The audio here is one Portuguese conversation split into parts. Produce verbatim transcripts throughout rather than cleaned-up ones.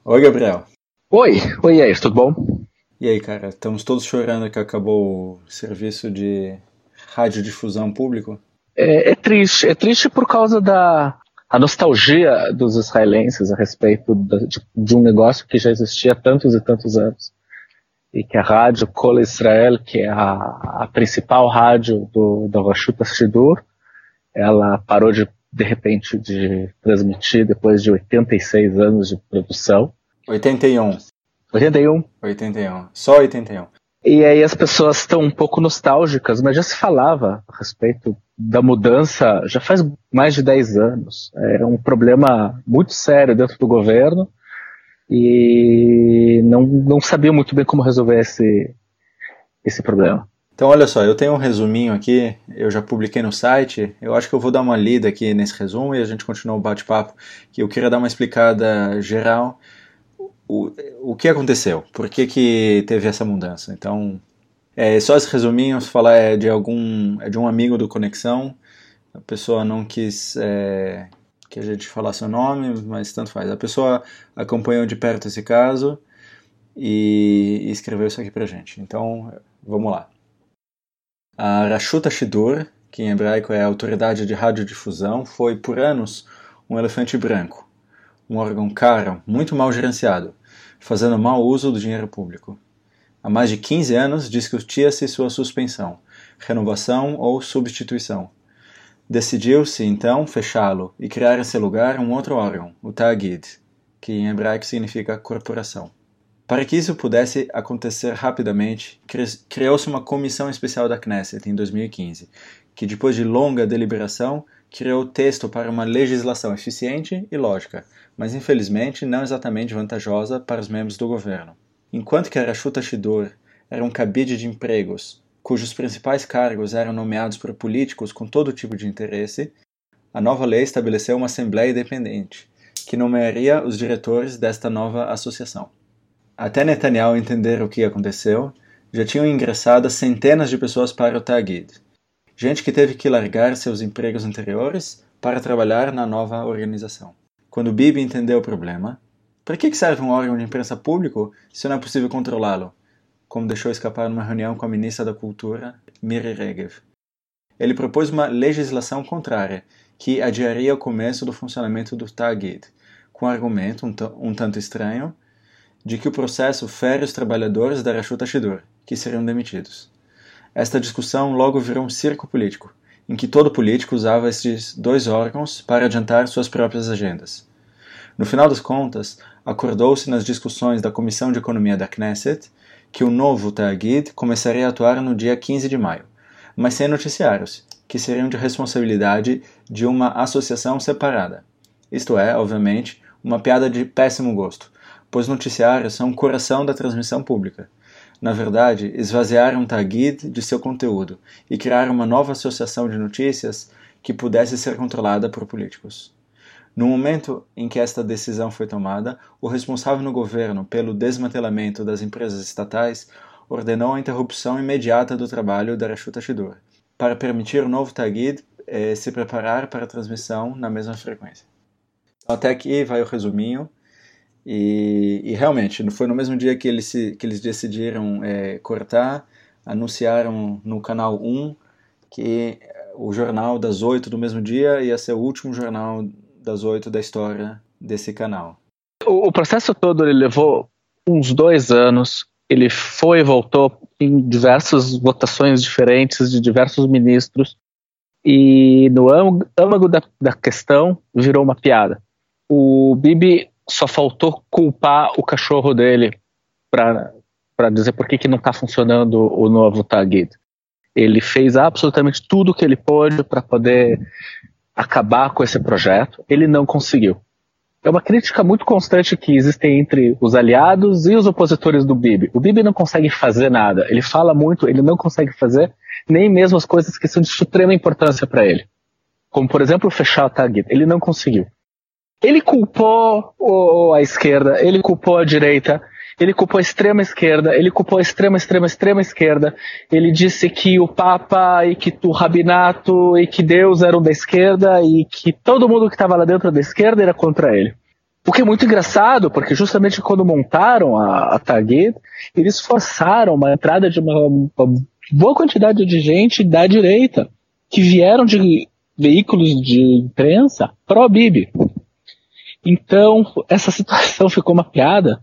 Oi, Gabriel. Oi, oi, aí, tudo bom? E aí, cara? Estamos todos chorando que acabou o serviço de radiodifusão público? É, é triste, é triste por causa da a nostalgia dos israelenses a respeito da- de, de um negócio que já existia há tantos e tantos anos. E que a rádio Kol Israel, que é a, a principal rádio do, da Rashut Shidur, ela parou de, de repente, de transmitir depois de oitenta e seis anos de produção. oitenta e um. oitenta e um. oitenta e um. Só oitenta e um. E aí as pessoas estão um pouco nostálgicas, mas já se falava a respeito da mudança já faz mais de dez anos. É um problema muito sério dentro do governo e não, não sabia muito bem como resolver esse, esse problema. Então, olha só, eu tenho um resuminho aqui, eu já publiquei no site, eu acho que eu vou dar uma lida aqui nesse resumo e a gente continua o bate-papo, que eu queria dar uma explicada geral. O, o que aconteceu? Por que, que teve essa mudança? Então, é, só esse resuminho, falar é de algum, é de um amigo do Conexão. A pessoa não quis é, que a gente falasse o nome, mas tanto faz. A pessoa acompanhou de perto esse caso e, e escreveu isso aqui pra gente. Então, vamos lá. A Rashut Shidur, que em hebraico é a Autoridade de Radiodifusão, foi por anos um elefante branco, um órgão caro, muito mal gerenciado, fazendo mau uso do dinheiro público. Há mais de quinze anos discutia-se sua suspensão, renovação ou substituição. Decidiu-se, então, fechá-lo e criar em seu lugar um outro órgão, o Ta'agid, que em hebraico significa corporação. Para que isso pudesse acontecer rapidamente, criou-se uma comissão especial da Knesset em dois mil e quinze, que depois de longa deliberação, criou o texto para uma legislação eficiente e lógica, mas infelizmente não exatamente vantajosa para os membros do governo. Enquanto que a Rashut Shidur era um cabide de empregos, cujos principais cargos eram nomeados por políticos com todo tipo de interesse, a nova lei estabeleceu uma assembleia independente, que nomearia os diretores desta nova associação. Até Netanyahu entender o que aconteceu, já tinham ingressado centenas de pessoas para o Ta'agid. Gente que teve que largar seus empregos anteriores para trabalhar na nova organização. Quando Bibi entendeu o problema, para que serve um órgão de imprensa público se não é possível controlá-lo? Como deixou escapar numa reunião com a ministra da Cultura, Miri Regev. Ele propôs uma legislação contrária, que adiaria o começo do funcionamento do Ta'agid, com um argumento um, t- um tanto estranho, de que o processo fere os trabalhadores da Rashut Shidur, que seriam demitidos. Esta discussão logo virou um circo político, em que todo político usava esses dois órgãos para adiantar suas próprias agendas. No final das contas, acordou-se nas discussões da Comissão de Economia da Knesset que o novo Ta'agid começaria a atuar no dia quinze de maio, mas sem noticiários, que seriam de responsabilidade de uma associação separada. Isto é, obviamente, uma piada de péssimo gosto, pois noticiários são o coração da transmissão pública. Na verdade, esvaziaram o Ta'agid de seu conteúdo e criaram uma nova associação de notícias que pudesse ser controlada por políticos. No momento em que esta decisão foi tomada, o responsável no governo pelo desmantelamento das empresas estatais ordenou a interrupção imediata do trabalho da Rashut Shidur, para permitir o novo Ta'agid eh, se preparar para a transmissão na mesma frequência. Até aqui vai o resuminho. E, e realmente, foi no mesmo dia que eles, se, que eles decidiram é, cortar, anunciaram no canal um que o jornal das oito do mesmo dia ia ser o último jornal das oito da história desse canal. O, o processo todo ele levou uns dois anos, ele foi e voltou em diversas votações diferentes de diversos ministros e no âmago da, da questão virou uma piada. O Bibi só faltou culpar o cachorro dele para dizer por que, que não está funcionando o novo Ta'agid. Ele fez absolutamente tudo o que ele pôde para poder acabar com esse projeto. Ele não conseguiu. É uma crítica muito constante que existe entre os aliados e os opositores do Bibi. O Bibi não consegue fazer nada. Ele fala muito, ele não consegue fazer nem mesmo as coisas que são de extrema importância para ele. Como, por exemplo, fechar o Ta'agid. Ele não conseguiu. Ele culpou o, a esquerda, ele culpou a direita, ele culpou a extrema esquerda, ele culpou a extrema, extrema, extrema esquerda. Ele disse que o Papa e que o Rabinato e que Deus eram da esquerda e que todo mundo que estava lá dentro da esquerda era contra ele. O que é muito engraçado, porque justamente quando montaram a, a Target, eles forçaram uma entrada de uma, uma boa quantidade de gente da direita, que vieram de veículos de imprensa pró-Bibi. Então, essa situação ficou uma piada.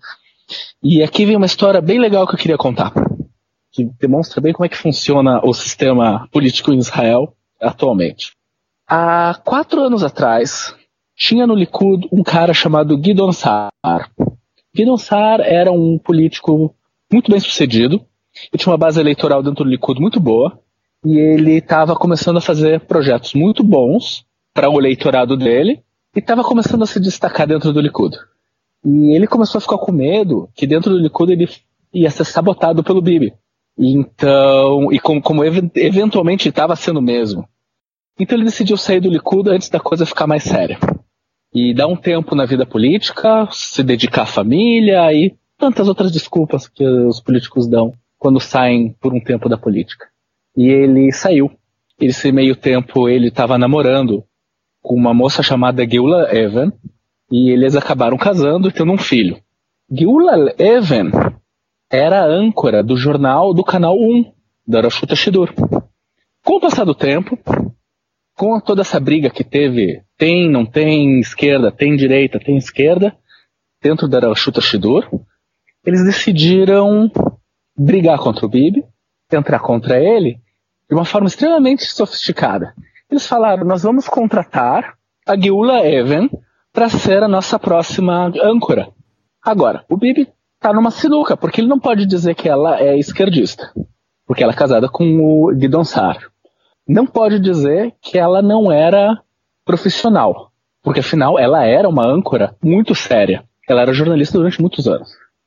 E aqui vem uma história bem legal que eu queria contar, que demonstra bem como é que funciona o sistema político em Israel atualmente. Há quatro anos atrás, tinha no Likud um cara chamado Gideon Sa'ar. Gideon Sa'ar era um político muito bem sucedido, ele tinha uma base eleitoral dentro do Likud muito boa, e ele estava começando a fazer projetos muito bons para o eleitorado dele, e estava começando a se destacar dentro do Likud. E ele começou a ficar com medo que dentro do Likud ele ia ser sabotado pelo Bibi. E então, e como, como eventualmente estava sendo mesmo. Então ele decidiu sair do Likud antes da coisa ficar mais séria. E dar um tempo na vida política, se dedicar à família e tantas outras desculpas que os políticos dão quando saem por um tempo da política. E ele saiu. Esse meio tempo ele estava namorando com uma moça chamada Geula Even, e eles acabaram casando e tendo um filho. Geula Even era a âncora do jornal do canal um, da Rashut HaShidur. Com o passar do tempo, com toda essa briga que teve, tem, não tem esquerda, tem direita, tem esquerda, dentro da Rashut HaShidur, eles decidiram brigar contra o Bibi, entrar contra ele, de uma forma extremamente sofisticada. Eles falaram, nós vamos contratar a Geula Even para ser a nossa próxima âncora. Agora, o Bibi está numa sinuca, porque ele não pode dizer que ela é esquerdista, porque ela é casada com o Gideon Sa'ar. Não pode dizer que ela não era profissional, porque afinal ela era uma âncora muito séria. Ela era jornalista durante muitos anos.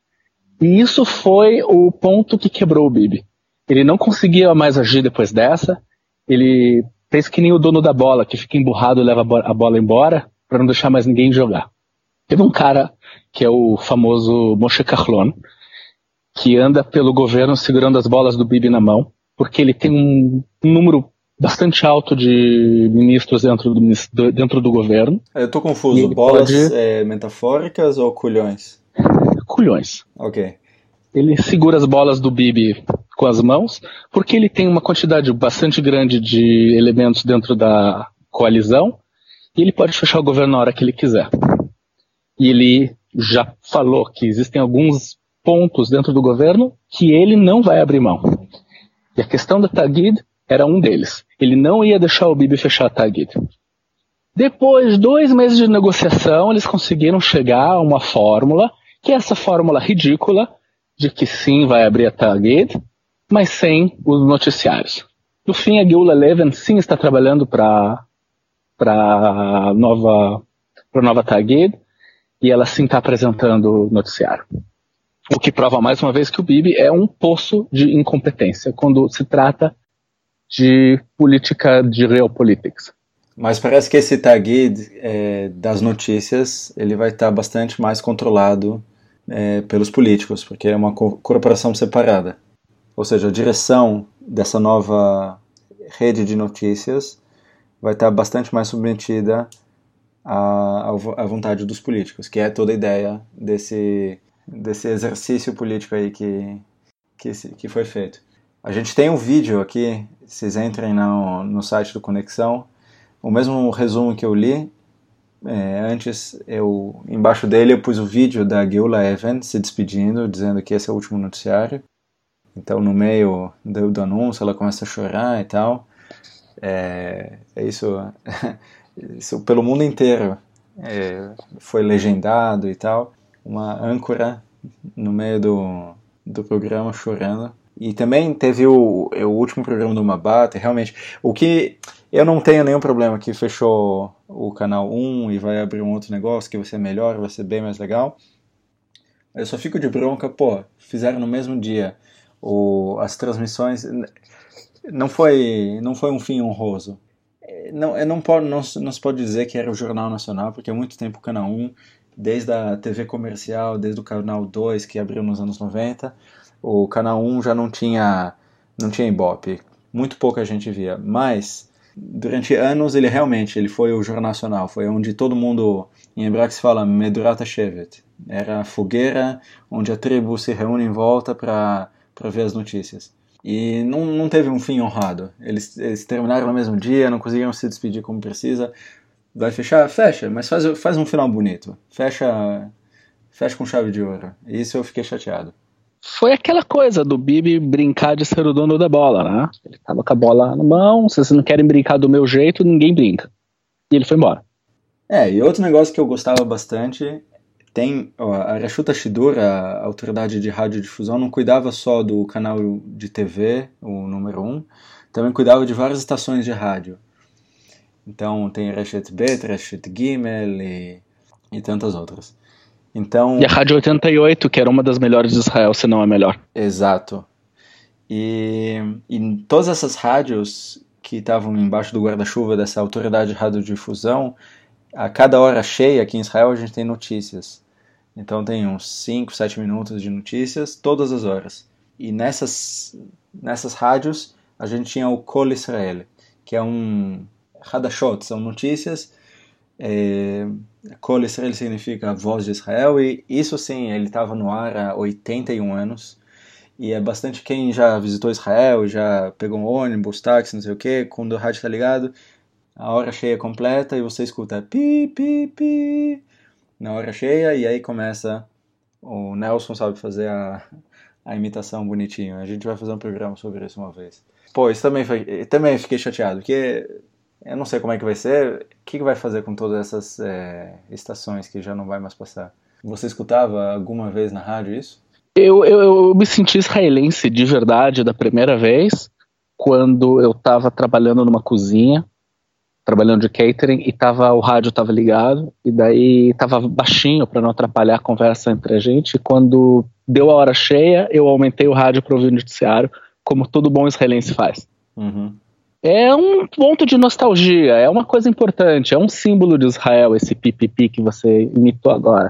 E isso foi o ponto que quebrou o Bibi. Ele não conseguia mais agir depois dessa, ele fez que nem o dono da bola, que fica emburrado e leva a bola embora, para não deixar mais ninguém jogar. Teve um cara, que é o famoso Moshe Kahlon, que anda pelo governo segurando as bolas do Bibi na mão, porque ele tem um, um número bastante alto de ministros dentro do, dentro do governo. Eu tô confuso, bolas pode... é, metafóricas ou culhões? Culhões. Ok. Ele segura as bolas do Bibi com as mãos, porque ele tem uma quantidade bastante grande de elementos dentro da coalizão, e ele pode fechar o governo na hora que ele quiser. E ele já falou que existem alguns pontos dentro do governo que ele não vai abrir mão. E a questão da Target era um deles. Ele não ia deixar o Bibi fechar a Target. Depois de dois meses de negociação, eles conseguiram chegar a uma fórmula, que é essa fórmula ridícula, de que sim, vai abrir a Target, mas sem os noticiários. No fim, a Geula Even sim está trabalhando para para nova para nova Target, e ela sim está apresentando o noticiário. O que prova mais uma vez que o Bibi é um poço de incompetência quando se trata de política de realpolitics. Mas parece que esse Target é, das notícias ele vai estar bastante mais controlado é, pelos políticos, porque é uma co- corporação separada. Ou seja, a direção dessa nova rede de notícias vai estar bastante mais submetida à, à vontade dos políticos, que é toda a ideia desse, desse exercício político aí que, que, que foi feito. A gente tem um vídeo aqui, vocês entrem no, no site do Conexão, o mesmo resumo que eu li, é, antes, eu, embaixo dele eu pus o vídeo da Geula Even se despedindo, dizendo que esse é o último noticiário. Então no meio do, do anúncio ela começa a chorar e tal. É, é isso, isso pelo mundo inteiro é, foi legendado e tal, uma âncora no meio do, do programa chorando. E também teve o, o último programa do Mabata, realmente, o que eu não tenho nenhum problema, que fechou o canal um e vai abrir um outro negócio que vai ser melhor, vai ser bem mais legal. Eu só fico de bronca, pô, fizeram no mesmo dia o, as transmissões. Não foi, não foi um fim honroso. Não, não, pode, não, não se pode dizer que era o Jornal Nacional, porque há muito tempo o Canal um, desde a T V comercial, desde o Canal dois, que abriu nos anos noventa, o Canal um já não tinha, não tinha Ibope. Muito pouca gente via. Mas durante anos ele realmente ele foi o Jornal Nacional, foi onde todo mundo, em hebraico se fala Medurat HaShevet, era a fogueira onde a tribo se reúne em volta para ver as notícias. E não, não teve um fim honrado, eles, eles terminaram no mesmo dia, não conseguiram se despedir como precisa. Vai fechar? Fecha, mas faz, faz um final bonito, fecha, fecha com chave de ouro. Isso eu fiquei chateado. Foi aquela coisa do Bibi brincar de ser o dono da bola, né? Ele tava com a bola na mão, se vocês não querem brincar do meu jeito, ninguém brinca. E ele foi embora. É, e outro negócio que eu gostava bastante, tem ó, a Reshut HaShidur, a autoridade de radiodifusão, não cuidava só do canal de T V, o número um, também cuidava de várias estações de rádio. Então tem Reshet Bet, Reshet Gimel e, e tantas outras. Então, e a Rádio oitenta e oito, que era uma das melhores de Israel, se não a melhor. Exato. E, e todas essas rádios que estavam embaixo do guarda-chuva dessa autoridade de radiodifusão, a cada hora cheia aqui em Israel a gente tem notícias. Então tem uns cinco, sete minutos de notícias todas as horas. E nessas, nessas rádios a gente tinha o Kol Israel, que é um Hadashot, são notícias. É, Kol Israel significa Voz de Israel, e isso sim, ele estava no ar há oitenta e um anos, e é bastante quem já visitou Israel, já pegou um ônibus, táxi, não sei o que, quando o rádio está ligado, a hora cheia completa, e você escuta pi, pi, pi, na hora cheia, e aí começa, o Nelson sabe fazer a, a imitação bonitinho, a gente vai fazer um programa sobre isso uma vez. Pô, isso também, foi, também fiquei chateado, porque eu não sei como é que vai ser, o que, que vai fazer com todas essas é, estações que já não vai mais passar? Você escutava alguma vez na rádio isso? Eu, eu, eu me senti israelense de verdade da primeira vez, quando eu estava trabalhando numa cozinha, trabalhando de catering, e tava, o rádio estava ligado, e daí estava baixinho para não atrapalhar a conversa entre a gente, e quando deu a hora cheia, eu aumentei o rádio para ouvir o noticiário, como todo bom israelense faz. Uhum. É um ponto de nostalgia, é uma coisa importante, é um símbolo de Israel, esse pipipi que você imitou agora.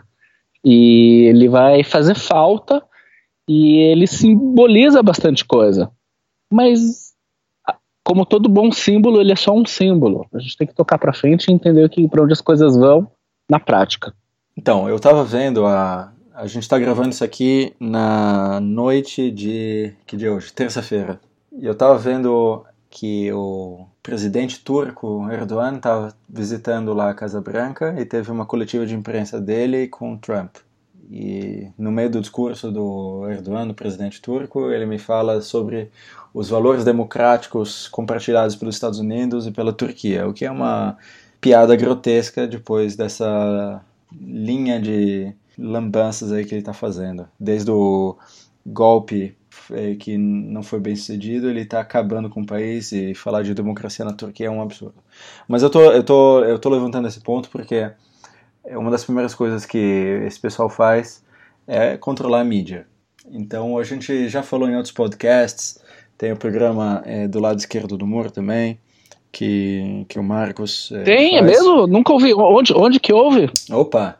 E ele vai fazer falta, e ele simboliza bastante coisa. Mas, como todo bom símbolo, ele é só um símbolo. A gente tem que tocar pra frente e entender para onde as coisas vão na prática. Então, eu tava vendo, a, a gente tá gravando isso aqui na noite de... que dia é hoje? Terça-feira. E eu tava vendo que o presidente turco, Erdogan, estava visitando lá a Casa Branca e teve uma coletiva de imprensa dele com Trump. E no meio do discurso do Erdogan, do presidente turco, ele me fala sobre os valores democráticos compartilhados pelos Estados Unidos e pela Turquia, o que é uma piada grotesca depois dessa linha de lambanças aí que ele está fazendo. Desde o golpe que não foi bem sucedido, ele está acabando com o país, e falar de democracia na Turquia é um absurdo. Mas eu tô, eu tô, eu tô levantando esse ponto porque uma das primeiras coisas que esse pessoal faz é controlar a mídia. Então a gente já falou em outros podcasts, tem o programa é, do lado esquerdo do muro também, que, que o Marcos é, Tem, faz. É mesmo? Nunca ouvi. Onde, onde que houve? Opa!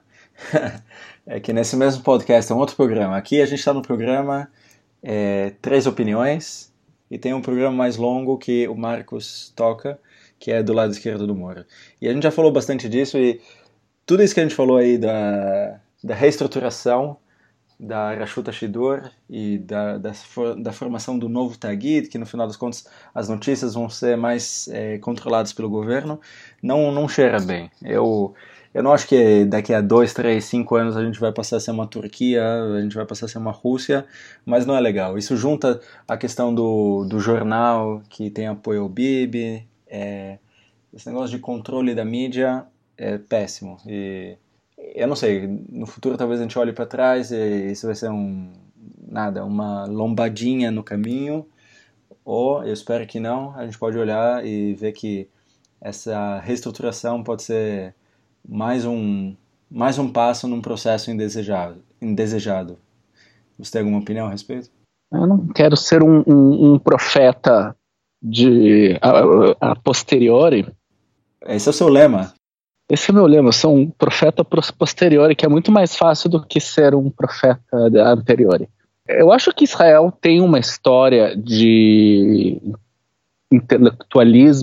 É que nesse mesmo podcast é um outro programa. Aqui a gente está no programa é, Três Opiniões, e tem um programa mais longo que o Marcos toca, que é do lado esquerdo do muro. E a gente já falou bastante disso, e tudo isso que a gente falou aí da, da reestruturação da Reshut HaShidur e da, da, da formação do novo Tagid, que no final das contas as notícias vão ser mais é, controladas pelo governo, não, não cheira bem. Eu, eu não acho que daqui a dois, três, cinco anos a gente vai passar a ser uma Turquia, a gente vai passar a ser uma Rússia, mas não é legal. Isso junta a questão do, do jornal que tem apoio ao Bibi, é, esse negócio de controle da mídia é péssimo. E eu não sei, no futuro talvez a gente olhe para trás e isso vai ser um nada, uma lombadinha no caminho, ou eu espero que não, a gente pode olhar e ver que essa reestruturação pode ser mais um mais um passo num processo indesejado. indesejado. Você tem alguma opinião a respeito? Eu não quero ser um, um, um profeta de a, a posteriori. Esse é o seu lema. Esse é o meu lema, eu sou um profeta posteriori, que é muito mais fácil do que ser um profeta anteriori. Eu acho que Israel tem uma história de intelectualismo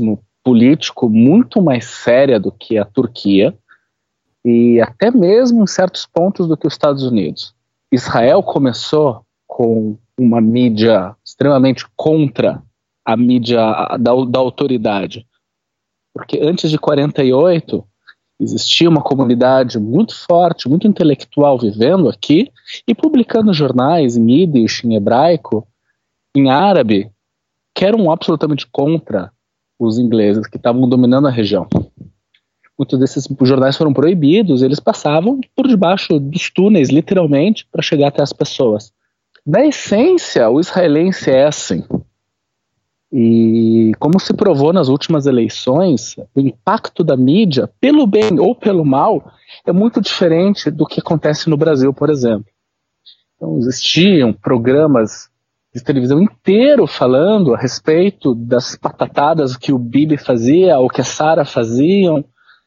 político muito mais séria do que a Turquia e até mesmo em certos pontos do que os Estados Unidos. Israel começou com uma mídia extremamente contra a mídia da, da autoridade, porque antes de quarenta e oito existia uma comunidade muito forte, muito intelectual vivendo aqui e publicando jornais em Yiddish, em hebraico, em árabe, que eram absolutamente contra os ingleses que estavam dominando a região. Muitos desses jornais foram proibidos, eles passavam por debaixo dos túneis, literalmente, para chegar até as pessoas. Na essência, o israelense é assim. E como se provou nas últimas eleições, o impacto da mídia, pelo bem ou pelo mal, é muito diferente do que acontece no Brasil, por exemplo. Então, existiam programas de televisão inteiro falando a respeito das patatadas que o Bibi fazia, ou que a Sara faziam,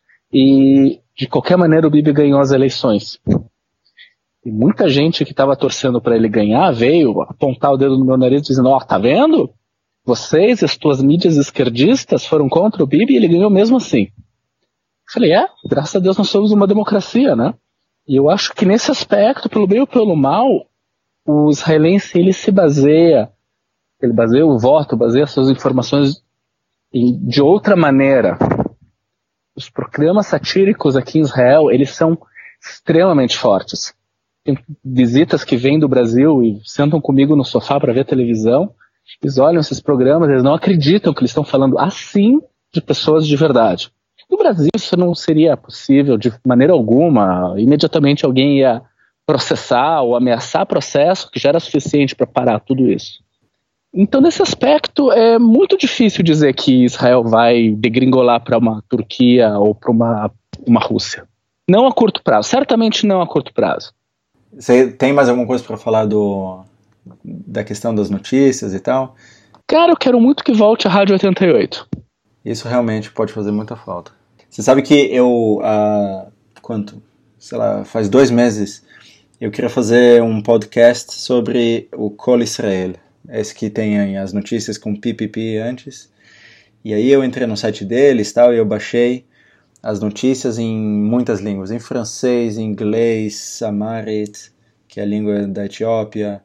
e de qualquer maneira o Bibi ganhou as eleições. E muita gente que estava torcendo para ele ganhar veio apontar o dedo no meu nariz dizendo, ó, oh, tá vendo? Vocês, as tuas mídias esquerdistas foram contra o Bibi e ele ganhou mesmo assim. Eu falei, é, graças a Deus nós somos uma democracia, né? E eu acho que nesse aspecto, pelo bem ou pelo mal, o israelense, ele se baseia, ele baseia o voto, baseia suas informações em, de outra maneira. Os programas satíricos aqui em Israel, eles são extremamente fortes. Tem visitas que vêm do Brasil e sentam comigo no sofá para ver televisão, eles olham esses programas, eles não acreditam que eles estão falando assim de pessoas de verdade. No Brasil isso não seria possível de maneira alguma, imediatamente alguém ia processar ou ameaçar processo, que já era suficiente para parar tudo isso. Então, nesse aspecto, é muito difícil dizer que Israel vai degringolar para uma Turquia ou para uma, uma Rússia. Não a curto prazo, certamente não a curto prazo. Você tem mais alguma coisa para falar do, da questão das notícias e tal? Cara, eu quero muito que volte a Rádio oitenta e oito. Isso realmente pode fazer muita falta. Você sabe que eu, há quanto? Sei lá, faz dois meses, eu queria fazer um podcast sobre o Kol Israel. Esse que tem as notícias com P P P antes. E aí eu entrei no site deles tal, e eu baixei as notícias em muitas línguas. Em francês, em inglês, Amharic, que é a língua da Etiópia,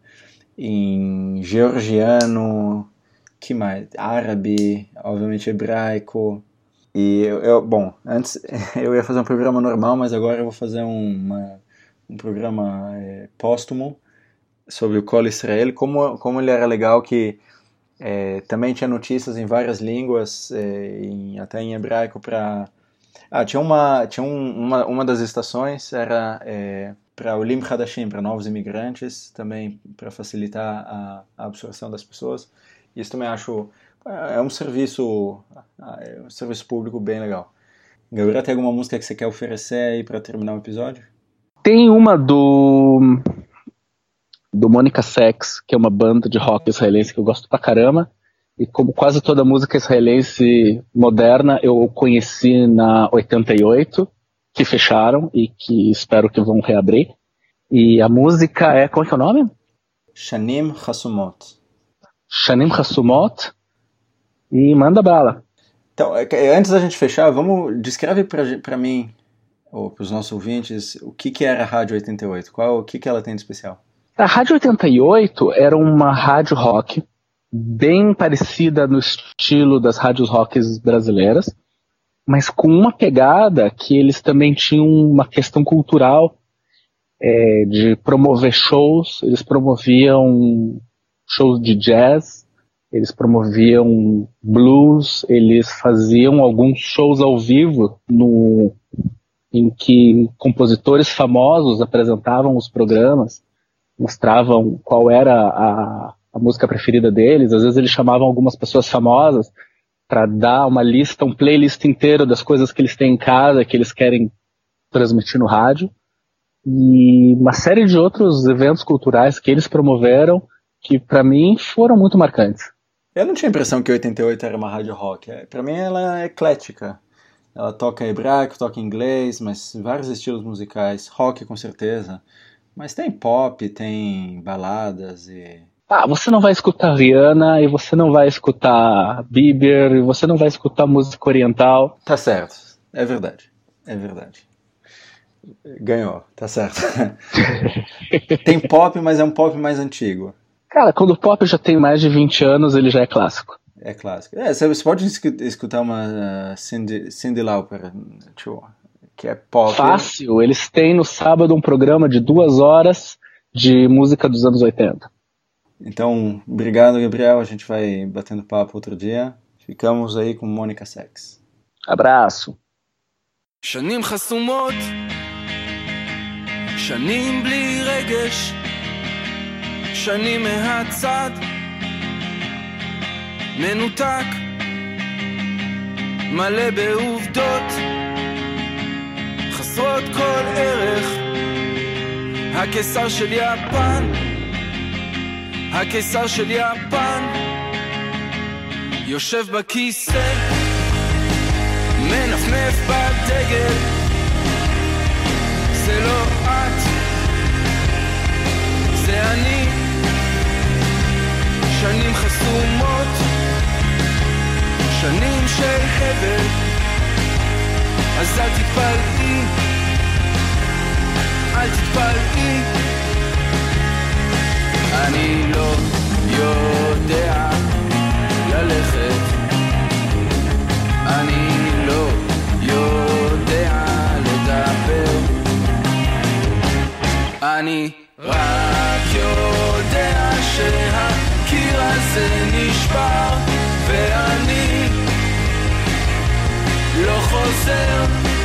em georgiano, que mais? Árabe, obviamente hebraico. E eu, eu, bom, antes eu ia fazer um programa normal, mas agora eu vou fazer uma, um programa é, póstumo sobre o Kol Israel, como, como ele era legal que é, também tinha notícias em várias línguas, é, em, até em hebraico para... Ah, tinha uma, tinha um, uma, uma das estações, era é, para Olim Hadashim, para novos imigrantes, também para facilitar a, a absorção das pessoas. Isso também acho... É um serviço, é um serviço público bem legal. Gabriel, tem alguma música que você quer oferecer aí para terminar o episódio? Tem uma do... do Monica Sex, que é uma banda de rock israelense que eu gosto pra caramba, e como quase toda música israelense moderna, eu conheci na oitenta e oito, que fecharam e que espero que vão reabrir. E a música é, como é que é o nome? Shanim Hasumot. Shanim Hasumot, e manda bala. Então, antes da gente fechar, vamos, descreve para mim, ou para os nossos ouvintes, o que, que era a Rádio oitenta e oito, qual, o que, que ela tem de especial? A Rádio oitenta e oito era uma rádio rock, bem parecida no estilo das rádios rocks brasileiras, mas com uma pegada que eles também tinham uma questão cultural é, de promover shows. Eles promoviam shows de jazz, eles promoviam blues, eles faziam alguns shows ao vivo no, em que compositores famosos apresentavam os programas, mostravam qual era a, a música preferida deles. Às vezes eles chamavam algumas pessoas famosas para dar uma lista, um playlist inteiro das coisas que eles têm em casa, que eles querem transmitir no rádio, e uma série de outros eventos culturais que eles promoveram, que para mim foram muito marcantes. Eu não tinha a impressão que oitenta e oito era uma rádio rock. Para mim ela é eclética. Ela toca hebraico, toca inglês, mas vários estilos musicais. Rock com certeza. Mas tem pop, tem baladas e... Ah, você não vai escutar Rihanna, e você não vai escutar Bieber, e você não vai escutar música oriental. Tá certo, é verdade, é verdade. Ganhou, tá certo. Tem pop, mas é um pop mais antigo. Cara, quando o pop já tem mais de vinte anos, ele já é clássico. É clássico. É, você pode escutar uma uh, Cyndi, Cyndi Lauper, tipo, que é pop. Fácil, eles têm no sábado um programa de duas horas de música dos anos oitenta. Então, obrigado, Gabriel. A gente vai batendo papo outro dia. Ficamos aí com Mônica Sacks. Abraço. שנים חסומות, שנים בלי רגש, שנים מהצד, מנותק, מלא בעובדות, חסרות כל ערך, הקיסר של יפן, הקיסר של יפן, יושב בכיסא, מנפנף בדגל, זה לא את, זה אני, שנים חסומות, שנים של הבל, אז אל תתפלאי, אל תתפלאי, אני לא יודע ללכת, אני לא יודע לדבר, אני רק יודע שהקיר הזה נשבר, ואני לא חוזר.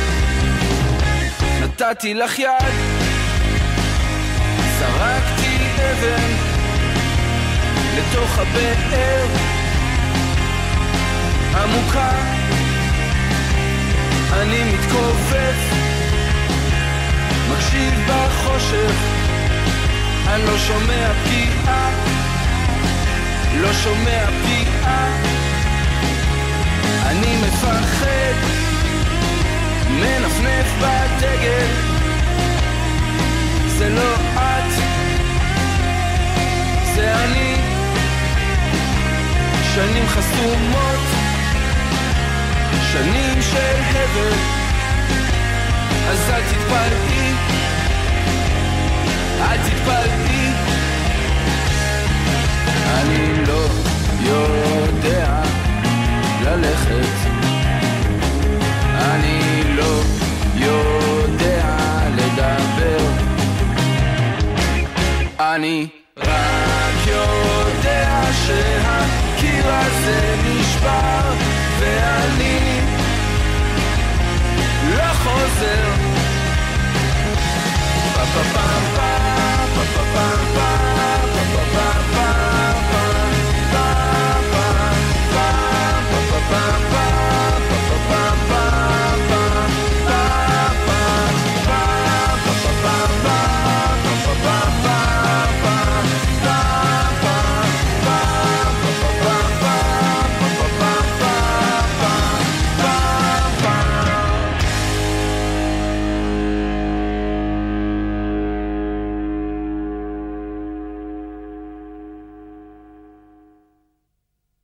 נתתי לך יד, זרקתי אבן לתוך הבאר עמוקה, אני מתכופף, מקשיב בחושך, אני לא שומע פגיעה, לא שומע פגיעה, אני מפחד, מנפנף בדגל, זה לא את, זה אני, שנים חסומות, שנים של הבל, אז אל תתפלאי, אל תתפלאי, אני לא יודע ללכת, אני לא יודע לדבר, אני רק יודע שהקיר הזה נשבר, ואני